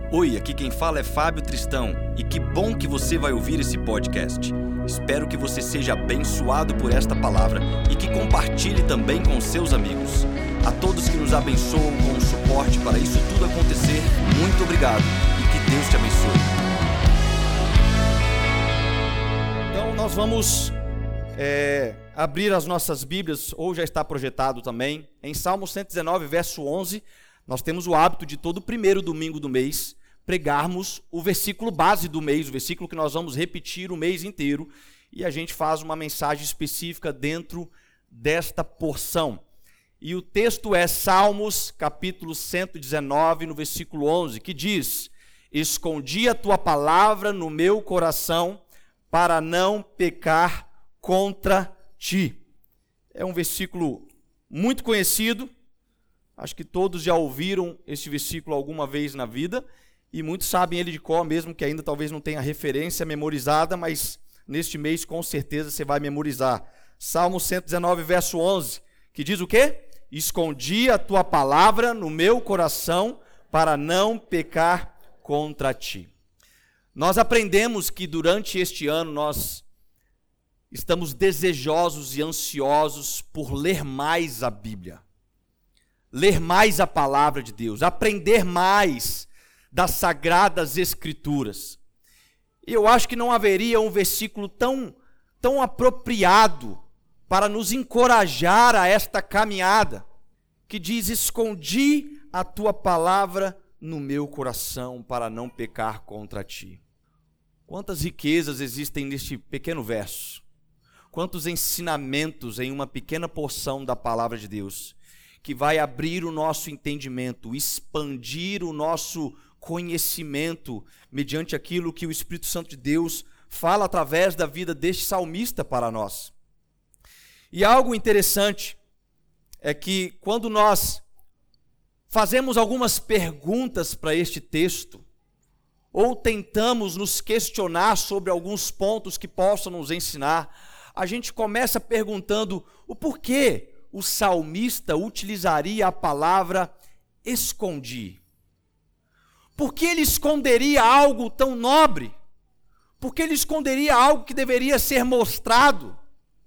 Oi, aqui quem fala é Fábio Tristão e que bom que você vai ouvir esse podcast. Espero que você seja abençoado por esta palavra e que compartilhe também com seus amigos. A todos que nos abençoam com o suporte para isso tudo acontecer, muito obrigado e que Deus te abençoe. Então nós vamos abrir as nossas Bíblias, ou já está projetado também, em Salmo 119, verso 11. Nós temos o hábito de todo primeiro domingo do mês pregarmos o versículo base do mês, o versículo que nós vamos repetir o mês inteiro, e a gente faz uma mensagem específica dentro desta porção. E o texto é Salmos, capítulo 119, no versículo 11, que diz: Escondi a tua palavra no meu coração para não pecar contra ti. É um versículo muito conhecido. Acho que todos já ouviram este versículo alguma vez na vida, e muitos sabem ele de cor, mesmo que ainda talvez não tenha referência memorizada, mas neste mês com certeza você vai memorizar. Salmo 119, verso 11, que diz o quê? Escondi a tua palavra no meu coração para não pecar contra ti. Nós aprendemos que durante este ano nós estamos desejosos e ansiosos por ler mais a Bíblia. Ler mais a palavra de Deus, aprender mais das Sagradas Escrituras. E eu acho que não haveria um versículo tão apropriado para nos encorajar a esta caminhada, que diz: escondi a tua palavra no meu coração para não pecar contra ti. Quantas riquezas existem neste pequeno verso, quantos ensinamentos em uma pequena porção da palavra de Deus, que vai abrir o nosso entendimento, expandir o nosso conhecimento mediante aquilo que o Espírito Santo de Deus fala através da vida deste salmista para nós. E algo interessante é que quando nós fazemos algumas perguntas para este texto, ou tentamos nos questionar sobre alguns pontos que possam nos ensinar, a gente começa perguntando o porquê o salmista utilizaria a palavra escondi. Por que ele esconderia algo tão nobre? Por que ele esconderia algo que deveria ser mostrado?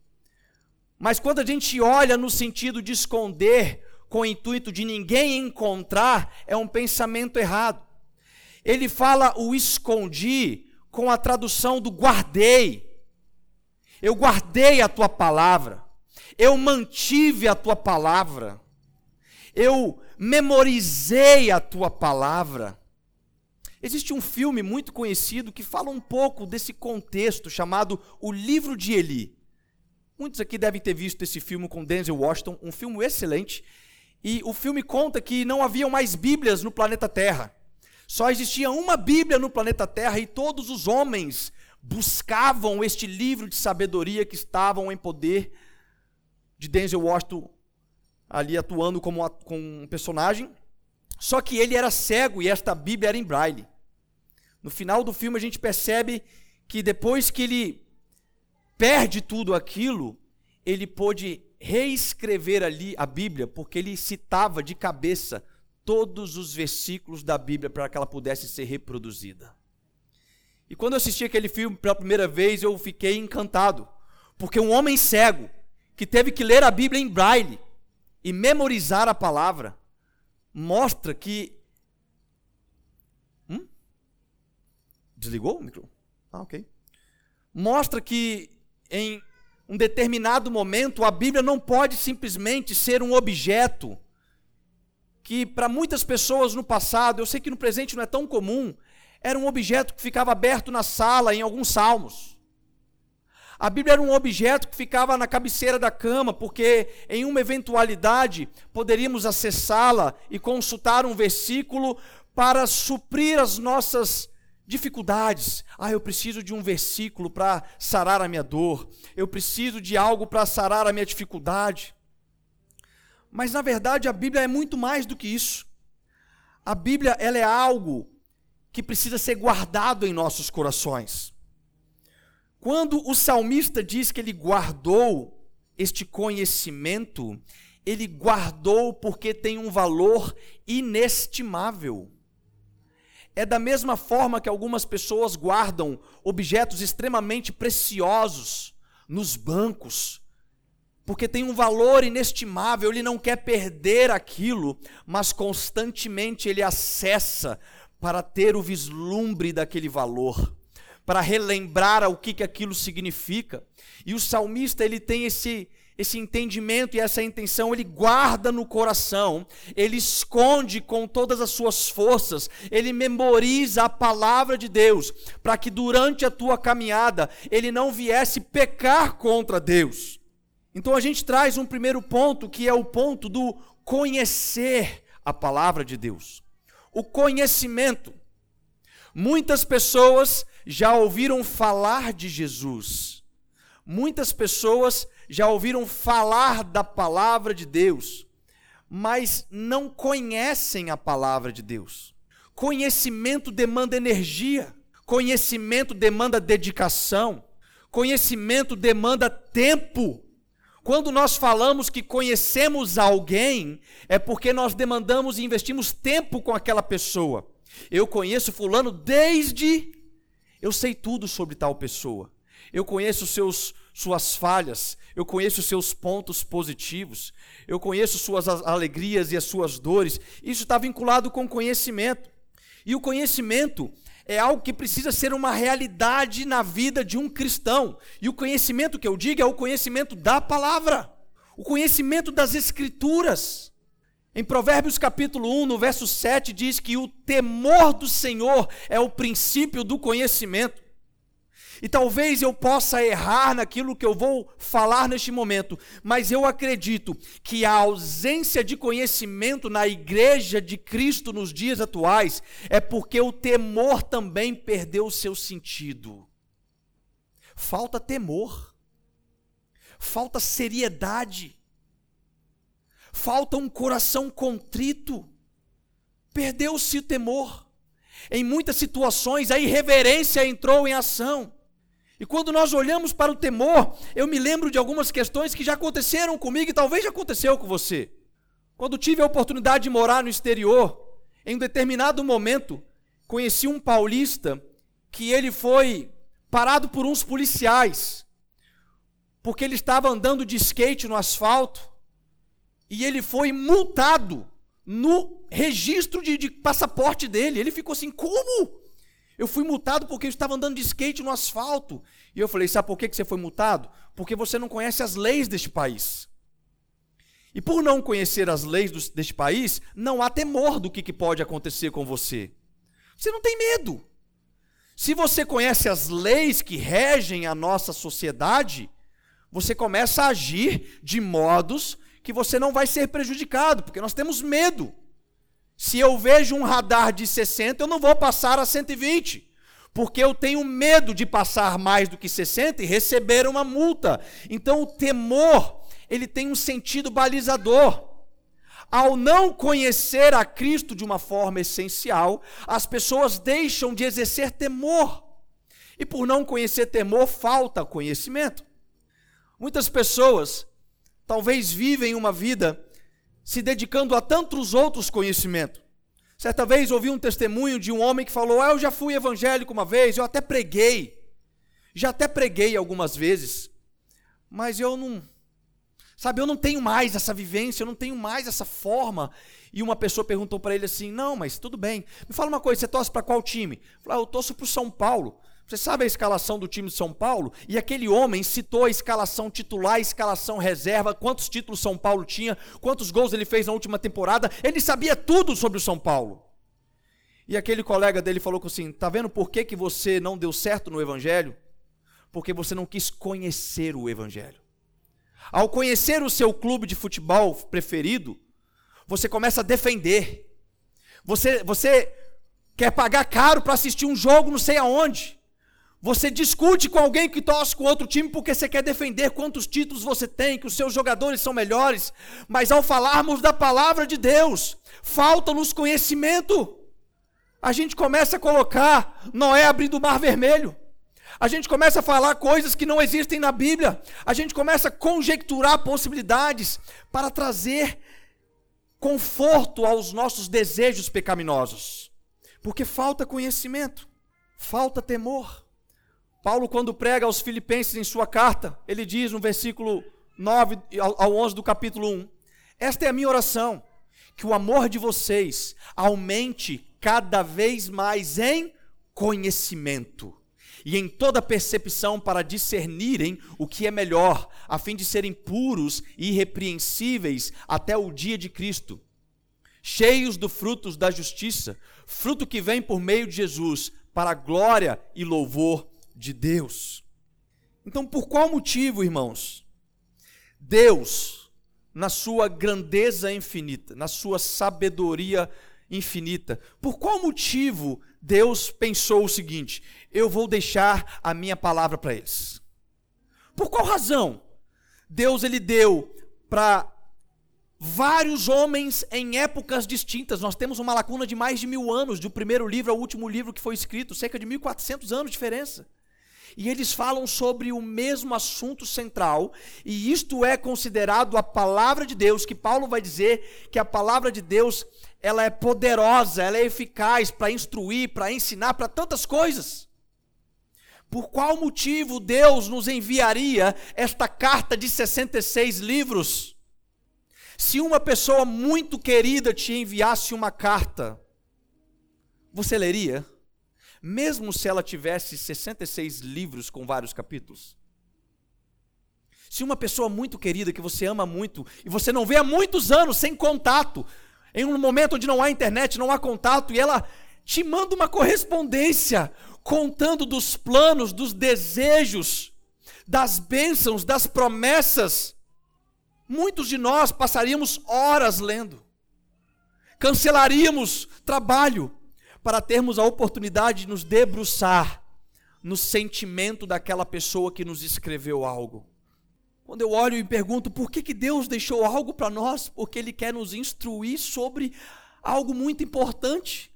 Mas quando a gente olha no sentido de esconder, com o intuito de ninguém encontrar, é um pensamento errado. Ele fala o escondi com a tradução do guardei. Eu guardei a tua palavra. Eu mantive a tua palavra. Eu memorizei a tua palavra. Existe um filme muito conhecido que fala um pouco desse contexto, chamado O Livro de Eli. Muitos aqui devem ter visto esse filme com Denzel Washington, um filme excelente. E o filme conta que não haviam mais Bíblias no planeta Terra. Só existia uma Bíblia no planeta Terra e todos os homens buscavam este livro de sabedoria que estavam em poder de Denzel Washington ali atuando como um personagem. Só que ele era cego e esta Bíblia era em braille. No final do filme a gente percebe que depois que ele perde tudo aquilo, ele pôde reescrever ali a Bíblia, porque ele citava de cabeça todos os versículos da Bíblia para que ela pudesse ser reproduzida. E quando eu assisti aquele filme pela primeira vez, eu fiquei encantado, porque um homem cego, que teve que ler a Bíblia em braille e memorizar a palavra, mostra que... Desligou o microfone? Ok. Mostra que em um determinado momento a Bíblia não pode simplesmente ser um objeto que para muitas pessoas no passado, eu sei que no presente não é tão comum, era um objeto que ficava aberto na sala em alguns salmos. A Bíblia era um objeto que ficava na cabeceira da cama, porque em uma eventualidade poderíamos acessá-la e consultar um versículo para suprir as nossas dificuldades. Eu preciso de um versículo para sarar a minha dor. Eu preciso de algo para sarar a minha dificuldade. Mas na verdade a Bíblia é muito mais do que isso. A Bíblia, ela é algo que precisa ser guardado em nossos corações. Quando o salmista diz que ele guardou este conhecimento, ele guardou porque tem um valor inestimável. É da mesma forma que algumas pessoas guardam objetos extremamente preciosos nos bancos, porque tem um valor inestimável, ele não quer perder aquilo, mas constantemente ele acessa para ter o vislumbre daquele valor, para relembrar o que aquilo significa. E o salmista, ele tem esse entendimento e essa intenção, ele guarda no coração, ele esconde com todas as suas forças, ele memoriza a palavra de Deus, para que durante a tua caminhada, ele não viesse pecar contra Deus. Então a gente traz um primeiro ponto, que é o ponto do conhecer a palavra de Deus. O conhecimento. Muitas pessoas já ouviram falar de Jesus. Muitas pessoas já ouviram falar da palavra de Deus, mas não conhecem a palavra de Deus. Conhecimento demanda energia, conhecimento demanda dedicação, conhecimento demanda tempo. Quando nós falamos que conhecemos alguém, é porque nós demandamos e investimos tempo com aquela pessoa. Eu conheço fulano eu sei tudo sobre tal pessoa. Eu conheço suas falhas, eu conheço seus pontos positivos, eu conheço suas alegrias e as suas dores. Isso está vinculado com conhecimento. E o conhecimento é algo que precisa ser uma realidade na vida de um cristão. E o conhecimento que eu digo é o conhecimento da palavra, o conhecimento das Escrituras. Em Provérbios capítulo 1, no verso 7, diz que o temor do Senhor é o princípio do conhecimento. E talvez eu possa errar naquilo que eu vou falar neste momento, mas eu acredito que a ausência de conhecimento na igreja de Cristo nos dias atuais é porque o temor também perdeu o seu sentido. Falta temor, falta seriedade, falta um coração contrito, perdeu-se o temor. Em muitas situações a irreverência entrou em ação. E quando nós olhamos para o temor, eu me lembro de algumas questões que já aconteceram comigo e talvez já aconteceu com você. Quando tive a oportunidade de morar no exterior, em um determinado momento, conheci um paulista que ele foi parado por uns policiais, porque ele estava andando de skate no asfalto, e ele foi multado no registro de passaporte dele. Ele ficou assim, como? Eu fui multado porque eu estava andando de skate no asfalto. E eu falei, sabe por que você foi multado? Porque você não conhece as leis deste país. E por não conhecer as leis deste país, não há temor do que pode acontecer com você. Você não tem medo. Se você conhece as leis que regem a nossa sociedade, você começa a agir de modos que você não vai ser prejudicado, porque nós temos medo. Se eu vejo um radar de 60, eu não vou passar a 120, porque eu tenho medo de passar mais do que 60 e receber uma multa. Então o temor, ele tem um sentido balizador. Ao não conhecer a Cristo de uma forma essencial, as pessoas deixam de exercer temor. E por não conhecer temor, falta conhecimento. Muitas pessoas talvez vivem uma vida se dedicando a tantos outros conhecimentos. Certa vez ouvi um testemunho de um homem que falou, eu já fui evangélico uma vez, eu até preguei, algumas vezes, mas eu não tenho mais essa vivência, eu não tenho mais essa forma. E uma pessoa perguntou para ele assim, não, mas tudo bem, me fala uma coisa, você torce para qual time? Eu falei, eu torço para o São Paulo. Você sabe a escalação do time de São Paulo? E aquele homem citou a escalação titular, a escalação reserva, quantos títulos São Paulo tinha, quantos gols ele fez na última temporada, ele sabia tudo sobre o São Paulo. E aquele colega dele falou assim, tá vendo por que você não deu certo no Evangelho? Porque você não quis conhecer o Evangelho. Ao conhecer o seu clube de futebol preferido, você começa a defender. Você quer pagar caro para assistir um jogo não sei aonde. Você discute com alguém que torce com outro time porque você quer defender quantos títulos você tem, que os seus jogadores são melhores. Mas ao falarmos da palavra de Deus, falta-nos conhecimento. A gente começa a colocar Noé abrindo o mar vermelho. A gente começa a falar coisas que não existem na Bíblia. A gente começa a conjecturar possibilidades para trazer conforto aos nossos desejos pecaminosos. Porque falta conhecimento, falta temor. Paulo, quando prega aos Filipenses em sua carta, ele diz no versículo 9 ao 11 do capítulo 1, esta é a minha oração, que o amor de vocês aumente cada vez mais em conhecimento e em toda percepção para discernirem o que é melhor, a fim de serem puros e irrepreensíveis até o dia de Cristo, cheios do frutos da justiça, fruto que vem por meio de Jesus, para a glória e louvor de Deus. Então, por qual motivo, irmãos, Deus, na sua grandeza infinita, na sua sabedoria infinita, por qual motivo Deus pensou o seguinte: eu vou deixar a minha palavra para eles? Por qual razão Deus ele deu para vários homens em épocas distintas? Nós temos uma lacuna de mais de 1000 anos, do primeiro livro ao último livro que foi escrito, cerca de 1400 anos de diferença. E eles falam sobre o mesmo assunto central, e isto é considerado a palavra de Deus, que Paulo vai dizer que a palavra de Deus, ela é poderosa, ela é eficaz para instruir, para ensinar, para tantas coisas. Por qual motivo Deus nos enviaria esta carta de 66 livros? Se uma pessoa muito querida te enviasse uma carta, você leria? Mesmo se ela tivesse 66 livros com vários capítulos? Se uma pessoa muito querida, que você ama muito, e você não vê há muitos anos, sem contato, em um momento onde não há internet, não há contato, e ela te manda uma correspondência, contando dos planos, dos desejos, das bênçãos, das promessas, muitos de nós passaríamos horas lendo, cancelaríamos trabalho, para termos a oportunidade de nos debruçar no sentimento daquela pessoa que nos escreveu algo. Quando eu olho e pergunto por que Deus deixou algo para nós, porque Ele quer nos instruir sobre algo muito importante.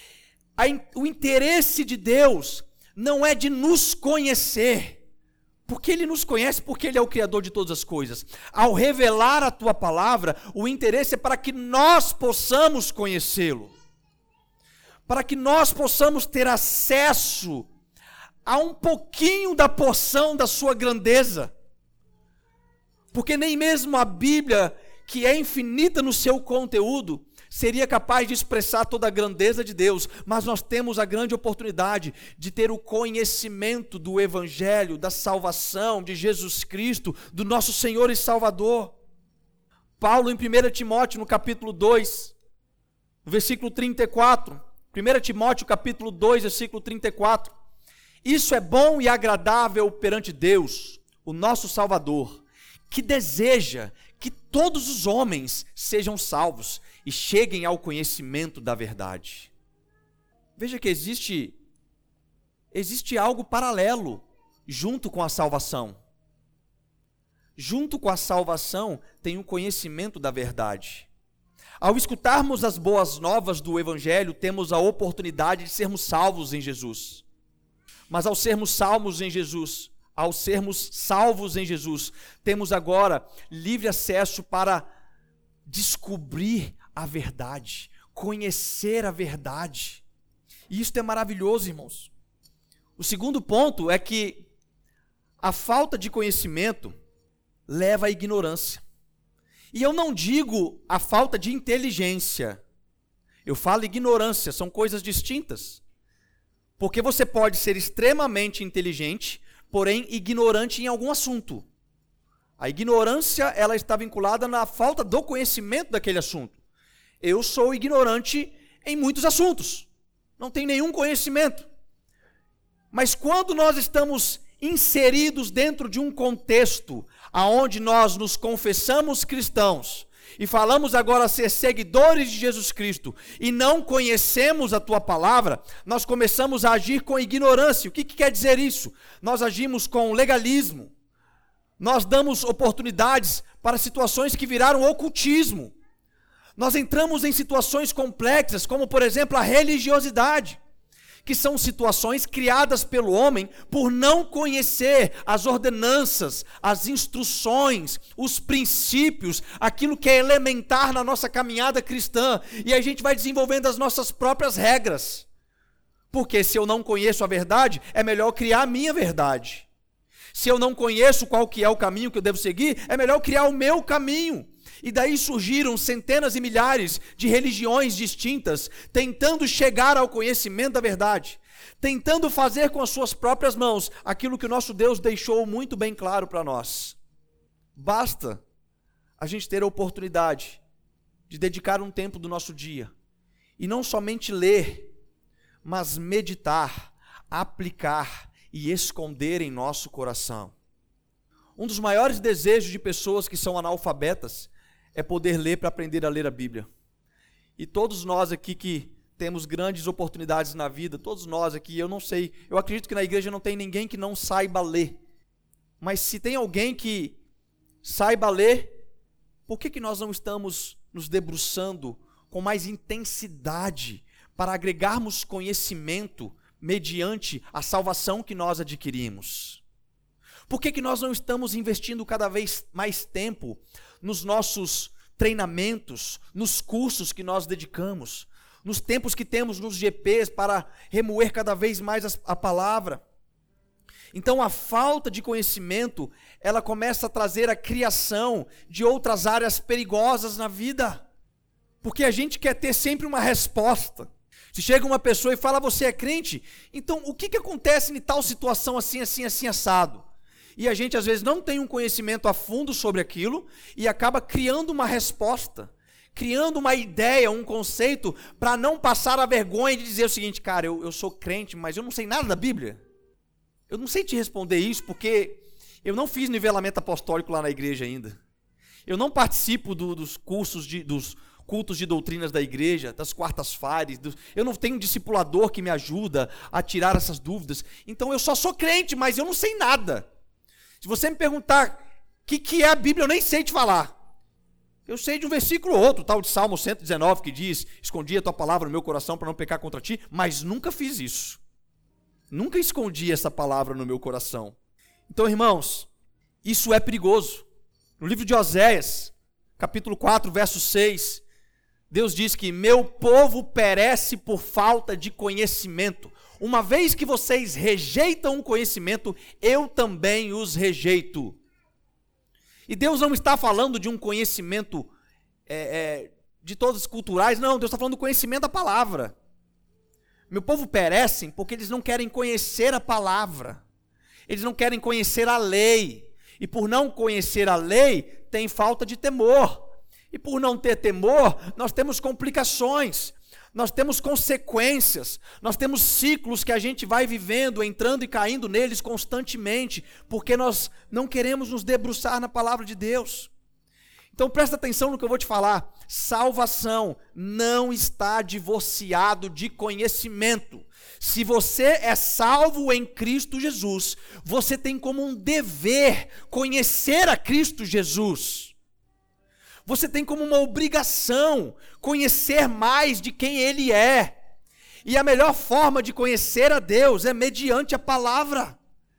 O interesse de Deus não é de nos conhecer, porque Ele nos conhece, porque Ele é o Criador de todas as coisas. Ao revelar a Tua palavra, o interesse é para que nós possamos conhecê-lo, para que nós possamos ter acesso a um pouquinho da porção da sua grandeza. Porque nem mesmo a Bíblia, que é infinita no seu conteúdo, seria capaz de expressar toda a grandeza de Deus, mas nós temos a grande oportunidade de ter o conhecimento do Evangelho, da salvação de Jesus Cristo, do nosso Senhor e Salvador. Paulo, em 1 Timóteo, no capítulo 2, versículo 34, 1 Timóteo capítulo 2, versículo 34. Isso é bom e agradável perante Deus, o nosso Salvador, que deseja que todos os homens sejam salvos e cheguem ao conhecimento da verdade. Veja que existe algo paralelo junto com a salvação. Junto com a salvação tem o conhecimento da verdade. Ao escutarmos as boas novas do Evangelho, temos a oportunidade de sermos salvos em Jesus. Mas ao sermos salvos em Jesus, temos agora livre acesso para descobrir a verdade, conhecer a verdade. E isso é maravilhoso, irmãos. O segundo ponto é que a falta de conhecimento leva à ignorância. E eu não digo a falta de inteligência, eu falo ignorância, são coisas distintas. Porque você pode ser extremamente inteligente, porém ignorante em algum assunto. A ignorância, ela está vinculada na falta do conhecimento daquele assunto. Eu sou ignorante em muitos assuntos, não tenho nenhum conhecimento. Mas quando nós estamos inseridos dentro de um contexto aonde nós nos confessamos cristãos e falamos agora ser seguidores de Jesus Cristo e não conhecemos a Tua palavra, nós começamos a agir com ignorância. O que quer dizer isso? Nós agimos com legalismo, nós damos oportunidades para situações que viraram ocultismo, nós entramos em situações complexas, como por exemplo a religiosidade, que são situações criadas pelo homem por não conhecer as ordenanças, as instruções, os princípios, aquilo que é elementar na nossa caminhada cristã, e a gente vai desenvolvendo as nossas próprias regras, Porque se eu não conheço a verdade, é melhor criar a minha verdade. Se eu não conheço qual que é o caminho que eu devo seguir, é melhor criar o meu caminho. E daí surgiram centenas e milhares de religiões distintas, tentando chegar ao conhecimento da verdade, tentando fazer com as suas próprias mãos aquilo que o nosso Deus deixou muito bem claro para nós. Basta a gente ter a oportunidade de dedicar um tempo do nosso dia, e não somente ler, mas meditar, aplicar e esconder em nosso coração. Um dos maiores desejos de pessoas que são analfabetas é poder ler para aprender a ler a Bíblia. E todos nós aqui que temos grandes oportunidades na vida, todos nós aqui, eu não sei, eu acredito que na igreja não tem ninguém que não saiba ler. Mas se tem alguém que saiba ler, por que nós não estamos nos debruçando com mais intensidade para agregarmos conhecimento mediante a salvação que nós adquirimos? Por que nós não estamos investindo cada vez mais tempo nos nossos treinamentos, nos cursos que nós dedicamos, nos tempos que temos nos GPs para remoer cada vez mais a palavra? Então a falta de conhecimento, ela começa a trazer a criação de outras áreas perigosas na vida, porque a gente quer ter sempre uma resposta. Se chega uma pessoa e fala, você é crente? Então o que acontece em tal situação assim, assim, assim, assado? E a gente às vezes não tem um conhecimento a fundo sobre aquilo e acaba criando uma resposta, criando uma ideia, um conceito, para não passar a vergonha de dizer o seguinte, cara, eu sou crente, mas eu não sei nada da Bíblia. Eu não sei te responder isso porque eu não fiz nivelamento apostólico lá na igreja ainda. Eu não participo dos cursos, dos cultos de doutrinas da igreja, das quartas-feiras. Eu não tenho um discipulador que me ajuda a tirar essas dúvidas. Então eu só sou crente, mas eu não sei nada. Se você me perguntar o que é a Bíblia, eu nem sei te falar. Eu sei de um versículo ou outro, tal de Salmo 119, que diz, escondi a tua palavra no meu coração para não pecar contra ti, mas nunca fiz isso. Nunca escondi essa palavra no meu coração. Então, irmãos, isso é perigoso. No livro de Oséias, capítulo 4, verso 6, Deus diz que meu povo perece por falta de conhecimento. Uma vez que vocês rejeitam o conhecimento, eu também os rejeito. E Deus não está falando de um conhecimento de todas as culturais, não, Deus está falando do conhecimento da palavra. Meu povo perecem porque eles não querem conhecer a palavra, eles não querem conhecer a lei, e por não conhecer a lei, tem falta de temor, e por não ter temor, nós temos complicações, nós temos consequências, nós temos ciclos que a gente vai vivendo, entrando e caindo neles constantemente, porque nós não queremos nos debruçar na palavra de Deus. Então presta atenção no que eu vou te falar. Salvação não está divorciado de conhecimento. Se você é salvo em Cristo Jesus, você tem como um dever conhecer a Cristo Jesus. Você tem como uma obrigação conhecer mais de quem Ele é. E a melhor forma de conhecer a Deus é mediante a palavra.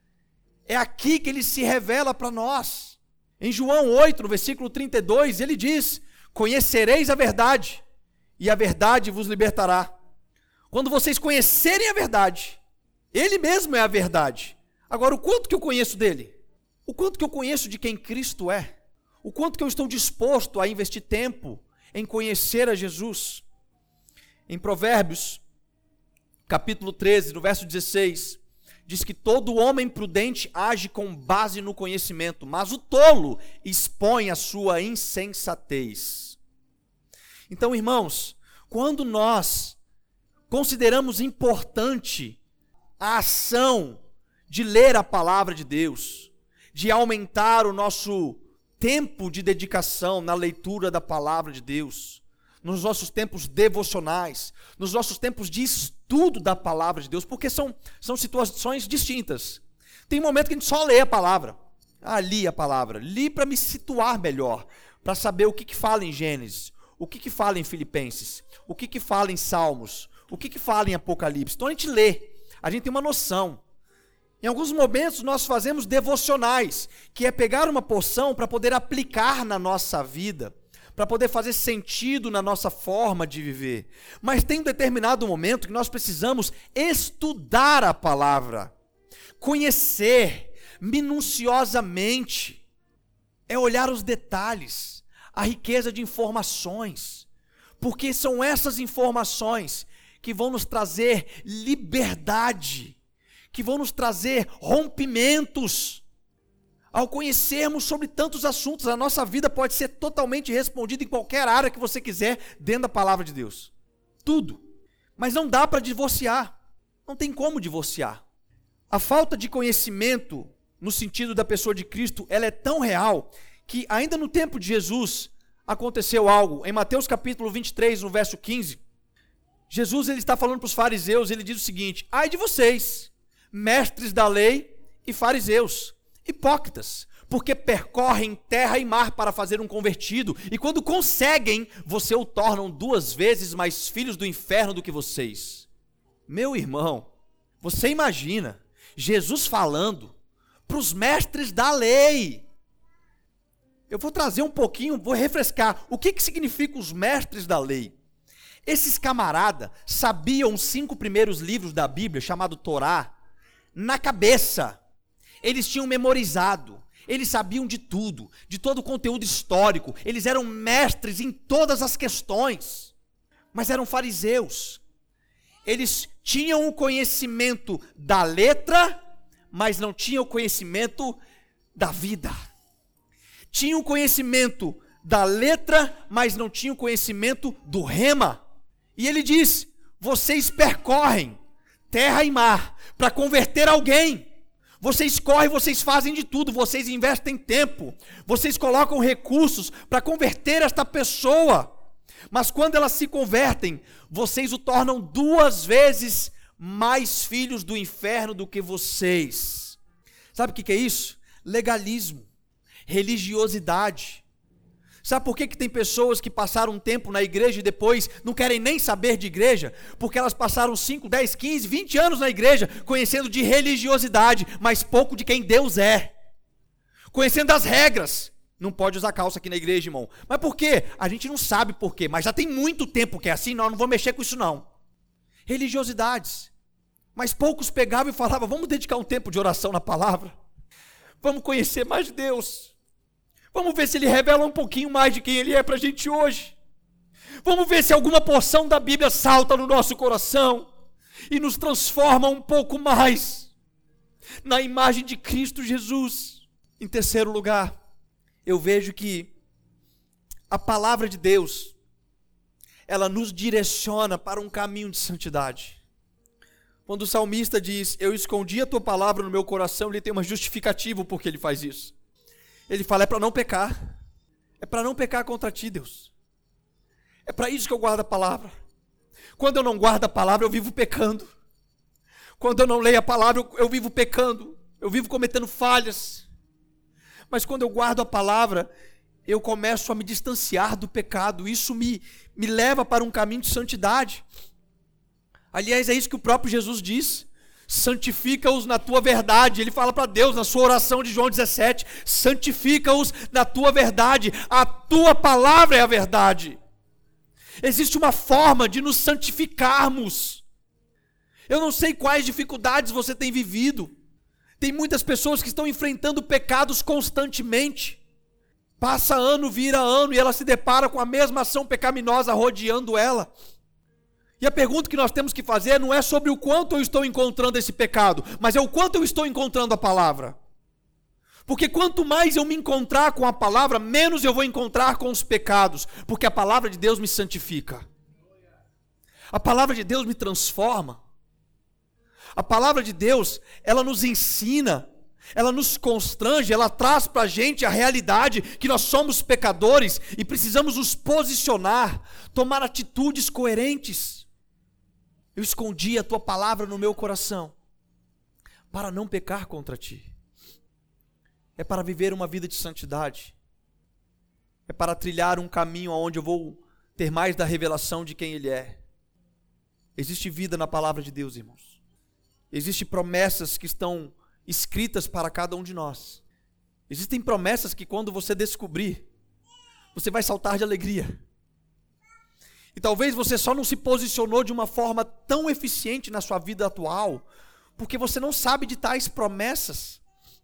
É aqui que Ele se revela para nós. Em João 8, no versículo 32, ele diz, conhecereis a verdade, e a verdade vos libertará. Quando vocês conhecerem a verdade, Ele mesmo é a verdade. Agora, o quanto que eu conheço dEle? O quanto que eu conheço de quem Cristo é? O quanto que eu estou disposto a investir tempo em conhecer a Jesus? Em Provérbios, capítulo 13, no verso 16, diz que todo homem prudente age com base no conhecimento, mas o tolo expõe a sua insensatez. Então, irmãos, quando nós consideramos importante a ação de ler a palavra de Deus, de aumentar o nosso tempo de dedicação na leitura da palavra de Deus, nos nossos tempos devocionais, nos nossos tempos de estudo da palavra de Deus, porque são situações distintas. Tem um momento que a gente só lê a palavra. Li a palavra, li para me situar melhor, para saber o que fala em Gênesis, o que fala em Filipenses, o que fala em Salmos, o que fala em Apocalipse. Então a gente lê, a gente tem uma noção. Em alguns momentos nós fazemos devocionais, que é pegar uma porção para poder aplicar na nossa vida, para poder fazer sentido na nossa forma de viver. Mas tem um determinado momento que nós precisamos estudar a palavra, conhecer minuciosamente, é olhar os detalhes, a riqueza de informações, porque são essas informações que vão nos trazer liberdade, que vão nos trazer rompimentos. Ao conhecermos sobre tantos assuntos, a nossa vida pode ser totalmente respondida em qualquer área que você quiser, dentro da palavra de Deus. Tudo. Mas não dá para divorciar. Não tem como divorciar. A falta de conhecimento, no sentido da pessoa de Cristo, ela é tão real, que ainda no tempo de Jesus, aconteceu algo. Em Mateus capítulo 23, no verso 15, Jesus ele está falando para os fariseus, ele diz o seguinte: ai de vocês, mestres da lei e fariseus, hipócritas, porque percorrem terra e mar para fazer um convertido, e quando conseguem, você o tornam 2 vezes mais filhos do inferno do que vocês. Meu irmão, você imagina Jesus falando para os mestres da lei. Eu vou trazer um pouquinho, vou refrescar. O que significa os mestres da lei? Esses camaradas sabiam os 5 primeiros livros da Bíblia, chamado Torá, na cabeça. Eles tinham memorizado, eles sabiam de tudo, de todo o conteúdo histórico, eles eram mestres em todas as questões, mas eram fariseus. Eles tinham o conhecimento da letra, mas não tinham o conhecimento da vida. Tinham o conhecimento da letra, mas não tinham o conhecimento do rema. E ele diz: vocês percorrem terra e mar para converter alguém. Vocês correm, vocês fazem de tudo, vocês investem tempo, vocês colocam recursos para converter esta pessoa. Mas quando elas se convertem, vocês o tornam 2 vezes mais filhos do inferno do que vocês. Sabe o que é isso? Legalismo, religiosidade. Sabe por que tem pessoas que passaram um tempo na igreja e depois não querem nem saber de igreja? Porque elas passaram 5, 10, 15, 20 anos na igreja, conhecendo de religiosidade, mas pouco de quem Deus é. Conhecendo as regras. Não pode usar calça aqui na igreja, irmão. Mas por quê? A gente não sabe por quê, mas já tem muito tempo que é assim, não vou mexer com isso não. Religiosidades. Mas poucos pegavam e falavam: vamos dedicar um tempo de oração na palavra. Vamos conhecer mais Deus. Vamos ver se Ele revela um pouquinho mais de quem Ele é para a gente hoje. Vamos ver se alguma porção da Bíblia salta no nosso coração e nos transforma um pouco mais na imagem de Cristo Jesus. Em terceiro lugar, eu vejo que a palavra de Deus, ela nos direciona para um caminho de santidade. Quando o salmista diz: eu escondi a tua palavra no meu coração, ele tem uma justificativa porque ele faz isso. Ele fala: é para não pecar. É para não pecar contra ti, Deus. É para isso que eu guardo a palavra. Quando eu não guardo a palavra, eu vivo pecando. Quando eu não leio a palavra, eu vivo pecando. Eu vivo cometendo falhas. Mas quando eu guardo a palavra, eu começo a me distanciar do pecado. Isso me leva para um caminho de santidade. Aliás, é isso que o próprio Jesus diz: santifica-os na tua verdade. Ele fala para Deus na sua oração de João 17: santifica-os na tua verdade, a tua palavra é a verdade. Existe uma forma de nos santificarmos. Eu não sei quais dificuldades você tem vivido. Tem muitas pessoas que estão enfrentando pecados constantemente. Passa ano, vira ano, e ela se depara com a mesma ação pecaminosa rodeando ela. E a pergunta que nós temos que fazer não é sobre o quanto eu estou encontrando esse pecado, mas é o quanto eu estou encontrando a palavra. Porque quanto mais eu me encontrar com a palavra, menos eu vou encontrar com os pecados, porque a palavra de Deus me santifica. A palavra de Deus me transforma. A palavra de Deus, ela nos ensina, ela nos constrange, ela traz para a gente a realidade que nós somos pecadores e precisamos nos posicionar, tomar atitudes coerentes. Eu escondi a tua palavra no meu coração para não pecar contra ti. É para viver uma vida de santidade. É para trilhar um caminho onde eu vou ter mais da revelação de quem Ele é. Existe vida na palavra de Deus, irmãos. Existem promessas que estão escritas para cada um de nós. Existem promessas que quando você descobrir, você vai saltar de alegria. E talvez você só não se posicionou de uma forma tão eficiente na sua vida atual, porque você não sabe de tais promessas.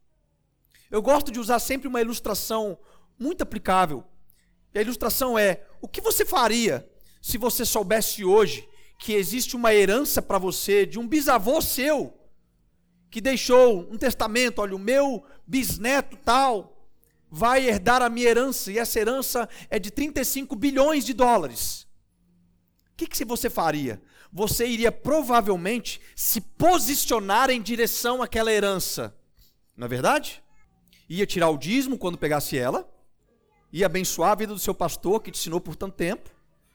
Eu gosto de usar sempre uma ilustração muito aplicável. E a ilustração é: o que você faria se você soubesse hoje que existe uma herança para você de um bisavô seu, que deixou um testamento, olha, o meu bisneto tal vai herdar a minha herança, e essa herança é de 35 bilhões de dólares. O que você faria? Você iria provavelmente se posicionar em direção àquela herança, não é verdade? Ia tirar o dízimo quando pegasse ela, ia abençoar a vida do seu pastor que te ensinou por tanto tempo,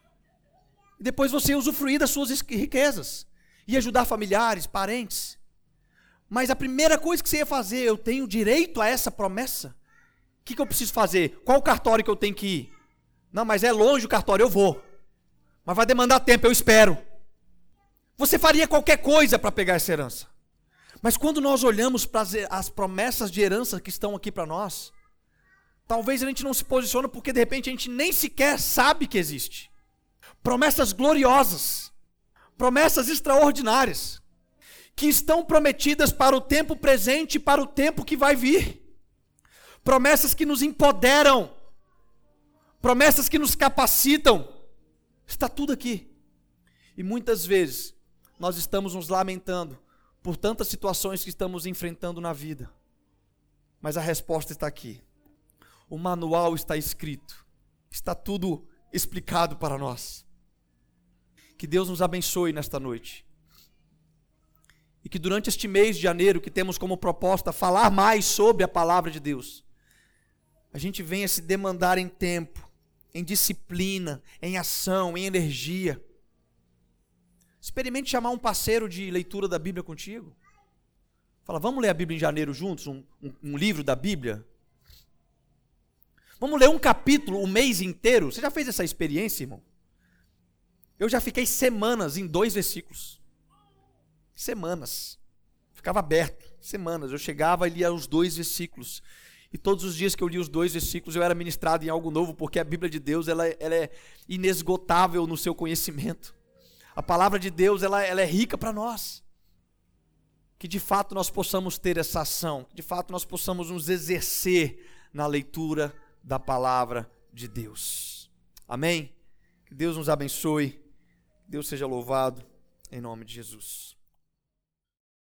e depois você ia usufruir das suas riquezas, ia ajudar familiares, parentes. Mas a primeira coisa que você ia fazer: eu tenho direito a essa promessa? O que eu preciso fazer? Qual o cartório que eu tenho que ir? Não, mas é longe o cartório, eu vou. Mas vai demandar tempo, eu espero. Você faria qualquer coisa para pegar essa herança. Mas quando nós olhamos para as promessas de herança que estão aqui para nós, talvez a gente não se posicione porque de repente a gente nem sequer sabe que existe. Promessas gloriosas, promessas extraordinárias, que estão prometidas para o tempo presente e para o tempo que vai vir. Promessas que nos empoderam, promessas que nos capacitam. Está tudo aqui. E muitas vezes nós estamos nos lamentando por tantas situações que estamos enfrentando na vida. Mas a resposta está aqui. O manual está escrito. Está tudo explicado para nós. Que Deus nos abençoe nesta noite. E que durante este mês de janeiro, que temos como proposta falar mais sobre a palavra de Deus, a gente venha se demandar em tempo, em disciplina, em ação, em energia. Experimente chamar um parceiro de leitura da Bíblia contigo. Fala, vamos ler a Bíblia em janeiro juntos, um livro da Bíblia? Vamos ler um capítulo o mês inteiro? Você já fez essa experiência, irmão? Eu já fiquei semanas em 2 versículos. Semanas. Ficava aberto, semanas. Eu chegava e lia os 2 versículos. E todos os dias que eu li os 2 versículos, eu era ministrado em algo novo, porque a Bíblia de Deus ela é inesgotável no seu conhecimento. A palavra de Deus ela é rica para nós. Que de fato nós possamos ter essa ação, que de fato nós possamos nos exercer na leitura da palavra de Deus. Amém? Que Deus nos abençoe, que Deus seja louvado, em nome de Jesus.